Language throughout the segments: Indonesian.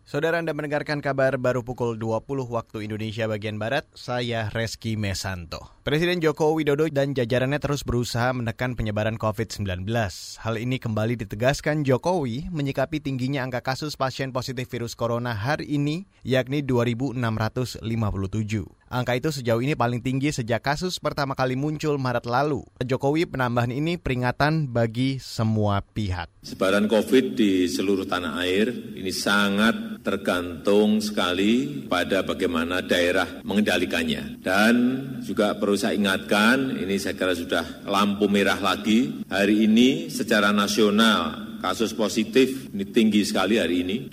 Saudara, Anda mendengarkan kabar baru pukul 20 waktu Indonesia bagian Barat, saya Reski Mesanto. Presiden Joko Widodo dan jajarannya terus berusaha menekan penyebaran COVID-19. Hal ini kembali ditegaskan Jokowi menyikapi tingginya angka kasus pasien positif virus corona hari ini, yakni 2.657. Angka itu sejauh ini paling tinggi sejak kasus pertama kali muncul Maret lalu. Jokowi penambahan ini peringatan bagi semua pihak. Sebaran COVID di seluruh tanah air ini sangat tergantung sekali pada bagaimana daerah mengendalikannya. Dan juga perlu saya ingatkan, ini saya kira sudah lampu merah lagi. Hari ini secara nasional kasus positif ini tinggi sekali hari ini,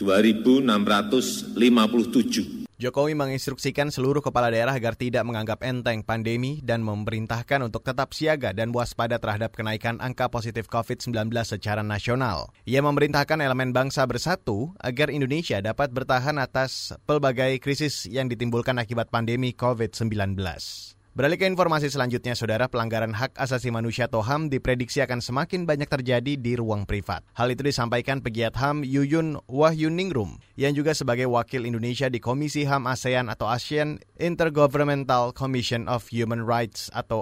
2.657. Jokowi menginstruksikan seluruh kepala daerah agar tidak menganggap enteng pandemi dan memerintahkan untuk tetap siaga dan waspada terhadap kenaikan angka positif COVID-19 secara nasional. Ia memerintahkan elemen bangsa bersatu agar Indonesia dapat bertahan atas pelbagai krisis yang ditimbulkan akibat pandemi COVID-19. Beralih ke informasi selanjutnya, Saudara, pelanggaran hak asasi manusia atau HAM diprediksi akan semakin banyak terjadi di ruang privat. Hal itu disampaikan pegiat HAM Yuyun Wahyuningrum, yang juga sebagai wakil Indonesia di Komisi HAM ASEAN atau ASEAN Intergovernmental Commission of Human Rights atau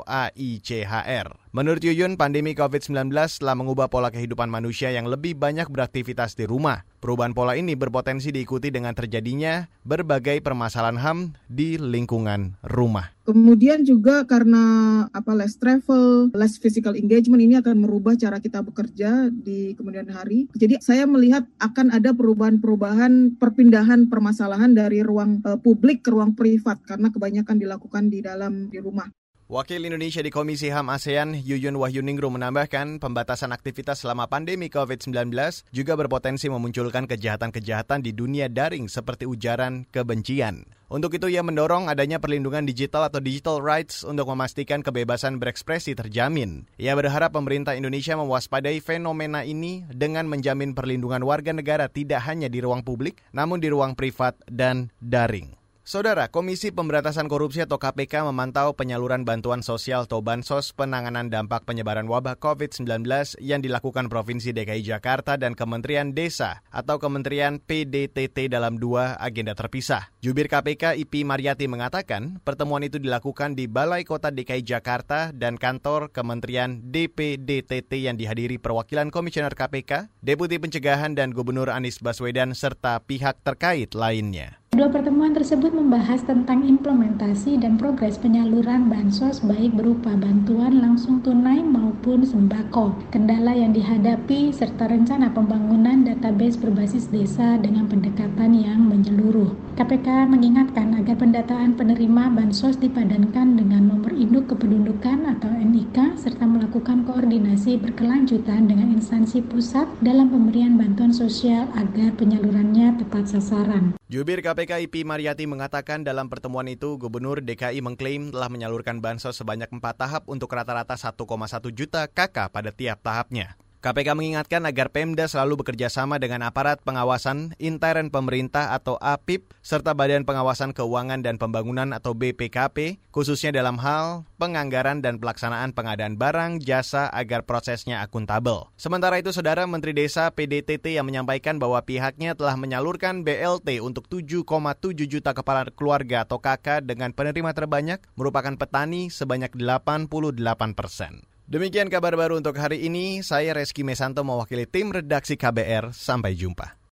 AICHR. Menurut Yuyun, pandemi COVID-19 telah mengubah pola kehidupan manusia yang lebih banyak beraktivitas di rumah. Perubahan pola ini berpotensi diikuti dengan terjadinya berbagai permasalahan HAM di lingkungan rumah. Kemudian juga karena less travel, less physical engagement ini akan merubah cara kita bekerja di kemudian hari. Jadi saya melihat akan ada perubahan-perubahan perpindahan permasalahan dari ruang publik ke ruang privat karena kebanyakan dilakukan di rumah. Wakil Indonesia di Komisi HAM ASEAN, Yuyun Wahyuningrum menambahkan pembatasan aktivitas selama pandemi COVID-19 juga berpotensi memunculkan kejahatan-kejahatan di dunia daring seperti ujaran kebencian. Untuk itu, ia mendorong adanya perlindungan digital atau digital rights untuk memastikan kebebasan berekspresi terjamin. Ia berharap pemerintah Indonesia mewaspadai fenomena ini dengan menjamin perlindungan warga negara tidak hanya di ruang publik, namun di ruang privat dan daring. Saudara, Komisi Pemberantasan Korupsi atau KPK memantau penyaluran bantuan sosial atau Bansos penanganan dampak penyebaran wabah COVID-19 yang dilakukan Provinsi DKI Jakarta dan Kementerian Desa atau Kementerian PDTT dalam dua agenda terpisah. Jubir KPK IP Mariati mengatakan pertemuan itu dilakukan di Balai Kota DKI Jakarta dan kantor Kementerian DPDTT yang dihadiri perwakilan Komisioner KPK, Deputi Pencegahan dan Gubernur Anies Baswedan serta pihak terkait lainnya. Dua pertemuan tersebut membahas tentang implementasi dan progres penyaluran bansos baik berupa bantuan langsung tunai maupun sembako, kendala yang dihadapi serta rencana pembangunan database berbasis desa dengan pendekatan yang menyeluruh. KPK mengingatkan agar pendataan penerima bansos dipadankan dengan nomor induk kependudukan atau NIK serta melakukan koordinasi berkelanjutan dengan instansi pusat dalam pemberian bantuan sosial agar penyalurannya tepat sasaran. Jubir KPK IP Mariati mengatakan dalam pertemuan itu, Gubernur DKI mengklaim telah menyalurkan bansos sebanyak 4 tahap untuk rata-rata 1,1 juta KK pada tiap tahapnya. KPK mengingatkan agar Pemda selalu bekerja sama dengan aparat pengawasan intern pemerintah atau APIP serta Badan Pengawasan Keuangan dan Pembangunan atau BPKP, khususnya dalam hal penganggaran dan pelaksanaan pengadaan barang jasa agar prosesnya akuntabel. Sementara itu, Saudara, Menteri Desa PDTT yang menyampaikan bahwa pihaknya telah menyalurkan BLT untuk 7,7 juta kepala keluarga atau KK dengan penerima terbanyak merupakan petani sebanyak 88%. Demikian kabar baru untuk hari ini. Saya Reski Mesanto mewakili tim redaksi KBR. Sampai jumpa.